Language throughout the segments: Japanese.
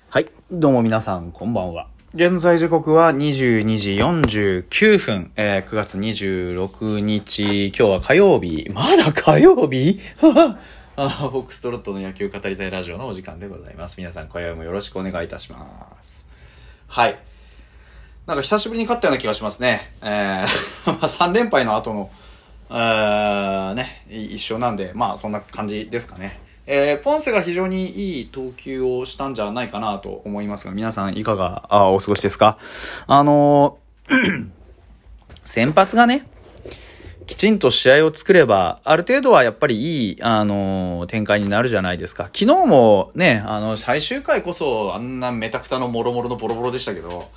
はい。どうも皆さん、こんばんは。現在時刻は22時49分、9月26日、今日は火曜日。まだ火曜日フォックストロットの野球語りたいラジオのお時間でございます。皆さん、今宵もよろしくお願いいたします。はい。なんか久しぶりに勝ったような気がしますね。3連敗の後の、一勝なんで、そんな感じですかね。ポンセが非常にいい投球をしたんじゃないかなと思いますが、皆さんいかがお過ごしですか？先発がね、きちんと試合を作れば、ある程度はやっぱりいい、展開になるじゃないですか。昨日もね、最終回こそあんなメタクタのモロモロのボロボロでしたけど、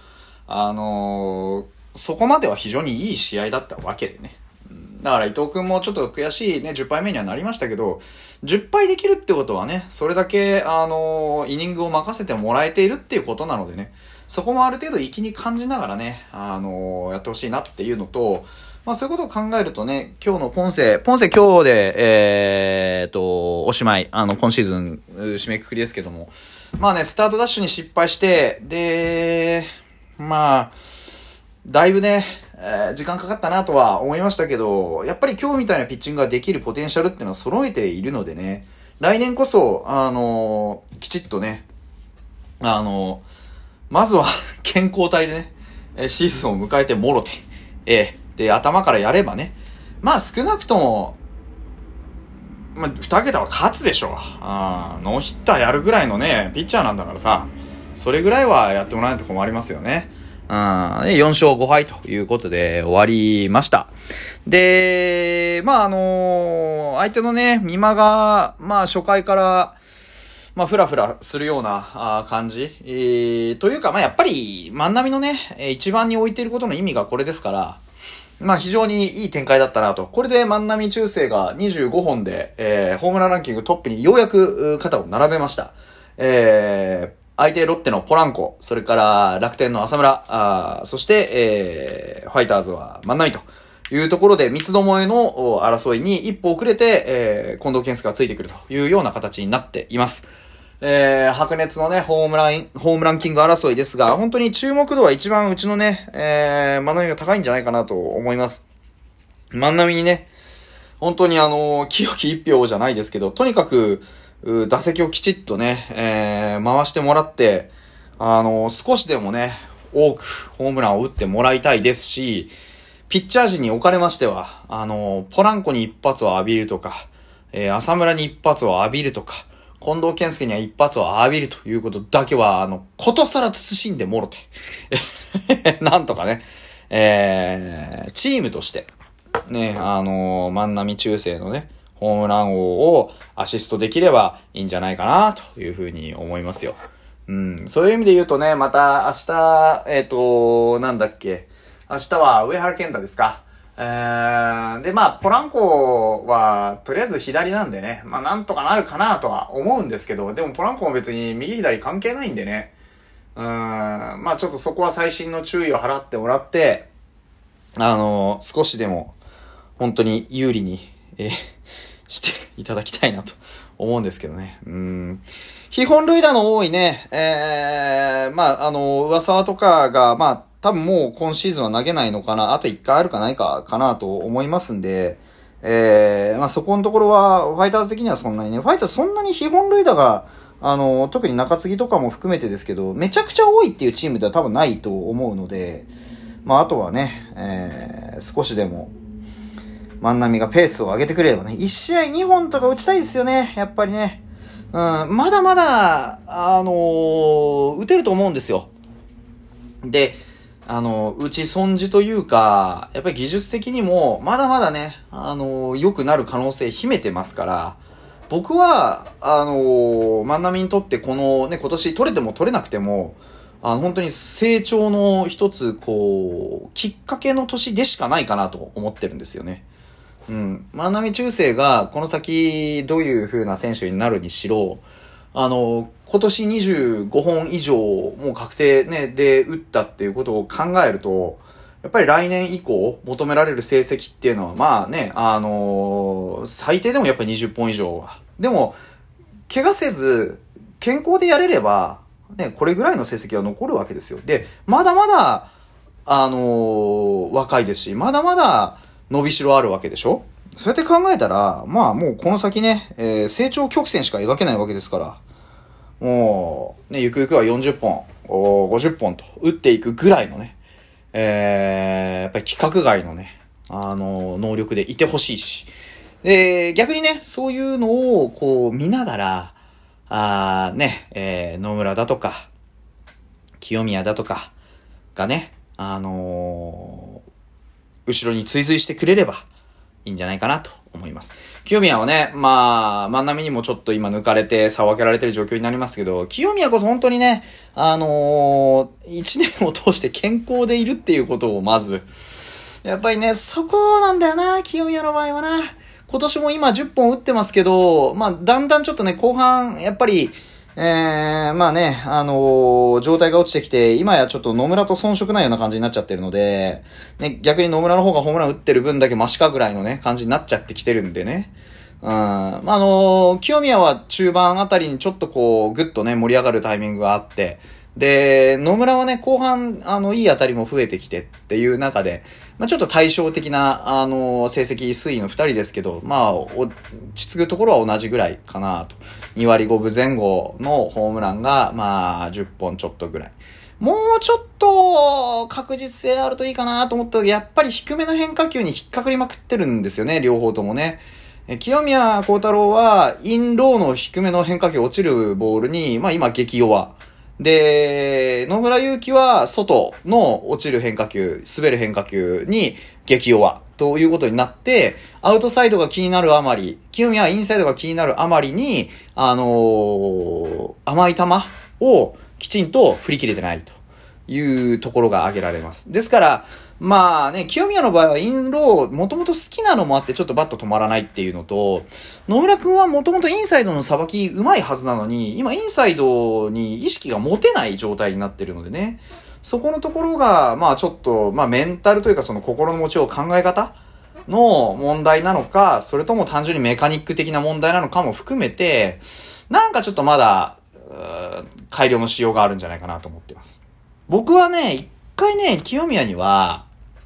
そこまでは非常にいい試合だったわけでね。だから伊藤君もちょっと悔しいね、10敗目にはなりましたけど、10敗できるってことはね、それだけ、イニングを任せてもらえているっていうことなのでね、そこもある程度粋に感じながらね、やってほしいなっていうのと、そういうことを考えるとね、今日のポンセ今日で、おしまい、今シーズン、締めくくりですけども、スタートダッシュに失敗して、で、だいぶね、時間かかったなとは思いましたけど、やっぱり今日みたいなピッチングができるポテンシャルっていうのは揃えているのでね、来年こそ、きちっとね、まずは健康体でね、シーズンを迎えてもろて、で、頭からやればね、少なくとも、2桁は勝つでしょう。ノーヒッターやるぐらいのね、ピッチャーなんだからさ、それぐらいはやってもらわないと困りますよね。4勝5敗ということで終わりました。で、相手のね、美馬が、初回から、ふらふらするような感じ、というか、やっぱり、万波のね、一番に置いていることの意味がこれですから、非常にいい展開だったなと。これで万波中正が25本で、ホームランランキングトップにようやく肩を並べました。相手ロッテのポランコ、それから楽天の浅村、そして、ファイターズは万波というところで三つどもえの争いに一歩遅れて、近藤健介がついてくるというような形になっています。白熱のね、ホームランキング争いですが、本当に注目度は一番うちのね、万波が高いんじゃないかなと思います。万波にね、本当に清き一票じゃないですけど、とにかく、打席をきちっとね、回してもらって、少しでもね、多くホームランを打ってもらいたいですし、ピッチャー陣におかれましては、ポランコに一発を浴びるとか、浅村に一発を浴びるとか、近藤健介には一発を浴びるということだけは、ことさら慎んでもろて。なんとかね、チームとして、ね、万波中正のね、ホームラン王をアシストできればいいんじゃないかなというふうに思いますよ。そういう意味で言うとね、また明日、明日は上原健太ですか。で、ポランコは、とりあえず左なんでね、なんとかなるかなとは思うんですけど、でもポランコも別に右左関係ないんでね。ちょっとそこは細心の注意を払ってもらって、少しでも、本当に有利に、していただきたいなと思うんですけどね。非本塁打の多いね、上沢とかが、多分もう今シーズンは投げないのかな。あと1回あるかないかかなと思いますんで、そこのところは、ファイターズ的にはそんなにね、ファイターズそんなに非本塁打が、特に中継ぎとかも含めてですけど、めちゃくちゃ多いっていうチームでは多分ないと思うので、あとはね、少しでも、万波がペースを上げてくれればね、1試合2本とか打ちたいですよね、やっぱりね。まだまだ、打てると思うんですよ。で、打ち損じというか、やっぱり技術的にも、まだまだね、良くなる可能性秘めてますから、僕は、万波にとってこのね、今年取れても取れなくても、本当に成長の一つ、きっかけの年でしかないかなと思ってるんですよね。万波中正がこの先どういう風な選手になるにしろ、今年25本以上もう確定ね、で打ったっていうことを考えると、やっぱり来年以降求められる成績っていうのは最低でもやっぱり20本以上は。でも、怪我せず、健康でやれれば、 ね、これぐらいの成績は残るわけですよ。で、まだまだ、若いですし、まだまだ伸びしろあるわけでしょ。そうやって考えたら、まあもうこの先ね、成長曲線しか描けないわけですから、もう、ね、ゆくゆくは40本、50本と打っていくぐらいのね、やっぱり規格外のね、能力でいてほしいし、で、逆にね、そういうのをこう見ながら、野村だとか、清宮だとかがね、後ろに追随してくれればいいんじゃないかなと思います。清宮はね、まあ、万波にもちょっと今抜かれて差を分けられてる状況になりますけど、清宮こそ本当にね、一年を通して健康でいるっていうことをまず、やっぱりね、そこなんだよな、清宮の場合はな。今年も今10本打ってますけど、まあ、だんだんちょっとね、後半、やっぱり、まあね、状態が落ちてきて、今やちょっと野村と遜色ないような感じになっちゃってるので、ね、逆に野村の方がホームラン打ってる分だけマシかぐらいのね、感じになっちゃってきてるんでね。まあ、清宮は中盤あたりにちょっとこう、ぐっとね、盛り上がるタイミングがあって、で、野村はね、後半、いい当たりも増えてきてっていう中で、まあちょっと対照的な、成績推移の二人ですけど、まあ、落ち着くところは同じぐらいかなと。2割5分前後のホームランが、まあ、10本ちょっとぐらい。もうちょっと、確実性あるといいかなと思ったら、やっぱり低めの変化球に引っかかりまくってるんですよね、両方ともね。清宮幸太郎は、インローの低めの変化球落ちるボールに、まあ今激弱。で、野村祐希は外の落ちる変化球、滑る変化球に激弱ということになって、アウトサイドが気になるあまり、清宮はインサイドが気になるあまりに、甘い球をきちんと振り切れてないというところが挙げられます。ですから、まあね、清宮の場合はインロー、もともと好きなのもあってちょっとバット止まらないっていうのと、野村くんはもともとインサイドのさばき上手いはずなのに、今インサイドに意識が持てない状態になってるのでね、そこのところが、まあちょっと、まあメンタルというかその心の持ちを考え方の問題なのか、それとも単純にメカニック的な問題なのかも含めて、なんかちょっとまだ、改良のしようがあるんじゃないかなと思っています。僕はね、一回ね、清宮には、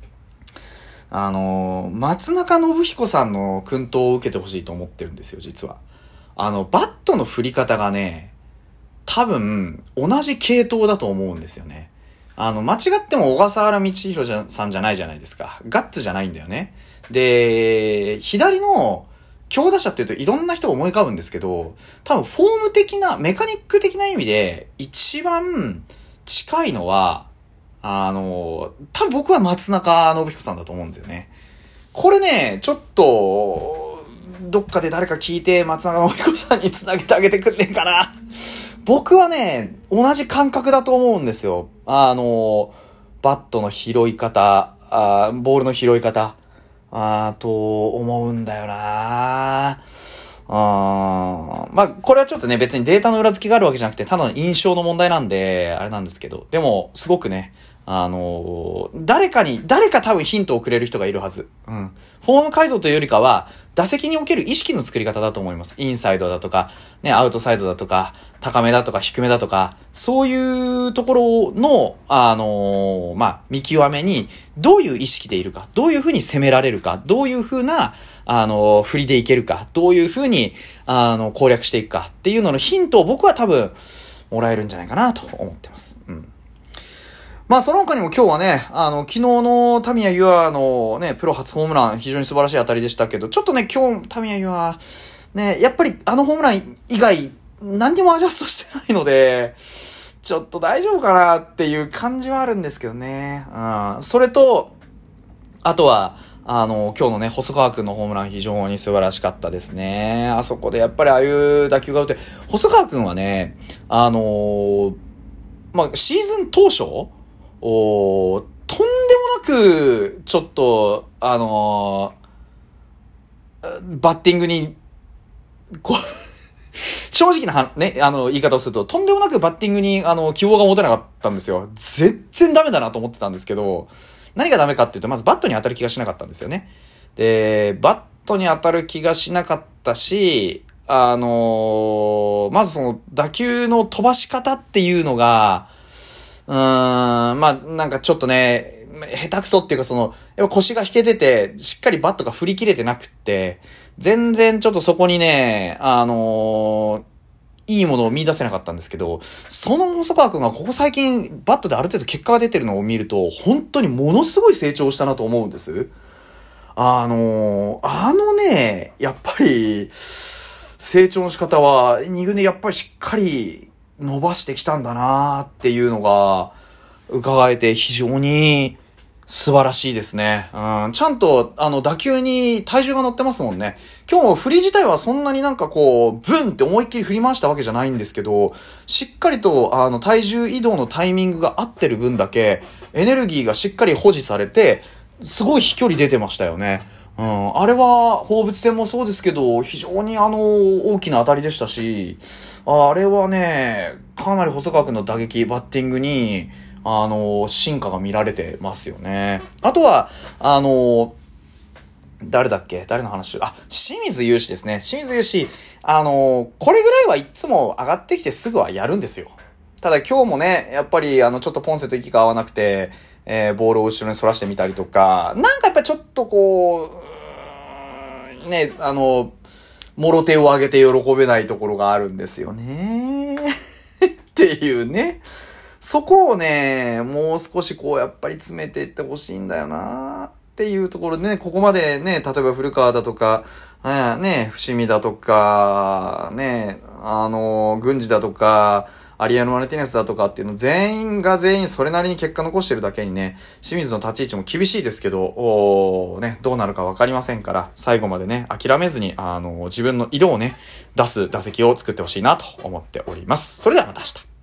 松中信彦さんの薫陶を受けてほしいと思ってるんですよ、実は。バットの振り方がね、多分、同じ系統だと思うんですよね。間違っても小笠原道弘さんじゃないじゃないですか。ガッツじゃないんだよね。で、左の強打者って言うといろんな人が思い浮かぶんですけど、多分フォーム的な、メカニック的な意味で一番近いのは、多分僕は松中信彦さんだと思うんですよね。これね、ちょっと、どっかで誰か聞いて松中信彦さんに繋げてあげてくんねえかな。僕はね、同じ感覚だと思うんですよ。バットの拾い方、ボールの拾い方、と思うんだよな。まあ、これはちょっとね、別にデータの裏付けがあるわけじゃなくて、ただの印象の問題なんで、あれなんですけど、でも、すごくね、誰か多分ヒントをくれる人がいるはず。フォーム改造というよりかは、打席における意識の作り方だと思います。インサイドだとか、ね、アウトサイドだとか、高めだとか低めだとか、そういうところの、まあ、見極めに、どういう意識でいるか、どういうふうに攻められるか、どういうふうな、振りでいけるか、どういうふうに、攻略していくかっていうののヒントを僕は多分、もらえるんじゃないかなと思ってます。まあその他にも今日はね、昨日のタミヤユアのね、プロ初ホームラン非常に素晴らしい当たりでしたけど、ちょっとね、今日タミヤユア、ね、やっぱりホームラン以外、何にもアジャストしてないので、ちょっと大丈夫かなっていう感じはあるんですけどね。それと、あとは、今日のね、細川くんのホームラン非常に素晴らしかったですね。あそこでやっぱりああいう打球が打て、細川くんはね、まあ、シーズン当初、とんでもなく、ちょっと、バッティングに、正直なね、言い方をすると、とんでもなくバッティングに、希望が持てなかったんですよ。全然ダメだなと思ってたんですけど、何がダメかっていうと、まずバットに当たる気がしなかったんですよね。で、バットに当たる気がしなかったし、 まずその打球の飛ばし方っていうのが、なんかちょっとね、下手くそっていうかやっぱ腰が引けてて、しっかりバットが振り切れてなくって、全然ちょっとそこにね、いいものを見出せなかったんですけど、その細川くんがここ最近バットである程度結果が出てるのを見ると、本当にものすごい成長したなと思うんです。やっぱり、成長の仕方は、二軍でやっぱりしっかり伸ばしてきたんだなーっていうのが、伺えて非常に素晴らしいですね。ちゃんと、打球に体重が乗ってますもんね。今日も振り自体はそんなになんかこう、ブンって思いっきり振り回したわけじゃないんですけど、しっかりと、体重移動のタイミングが合ってる分だけ、エネルギーがしっかり保持されて、すごい飛距離出てましたよね。あれは、放物線もそうですけど、非常に大きな当たりでしたし、あれはね、かなり細川君の打撃、バッティングに、進化が見られてますよね。あとは、誰だっけ？誰の話？清水雄志ですね。清水雄志、これぐらいはいつも上がってきてすぐはやるんですよ。ただ今日もね、やっぱりちょっとポンセと息が合わなくて、ボールを後ろに反らしてみたりとか、なんかやっぱりちょっとこう、ね、もろ手を上げて喜べないところがあるんですよね。っていうね。そこをね、もう少しこうやっぱり詰めていってほしいんだよなっていうところでね、ここまでね、例えば古川だとか、ね、伏見だとか、ね、郡司だとか、アリアノ・マルティネスだとかっていうの全員が全員それなりに結果残してるだけにね、清水の立ち位置も厳しいですけど、ね、どうなるかわかりませんから、最後までね、諦めずに、自分の色をね、出す打席を作ってほしいなと思っております。それではまた明日。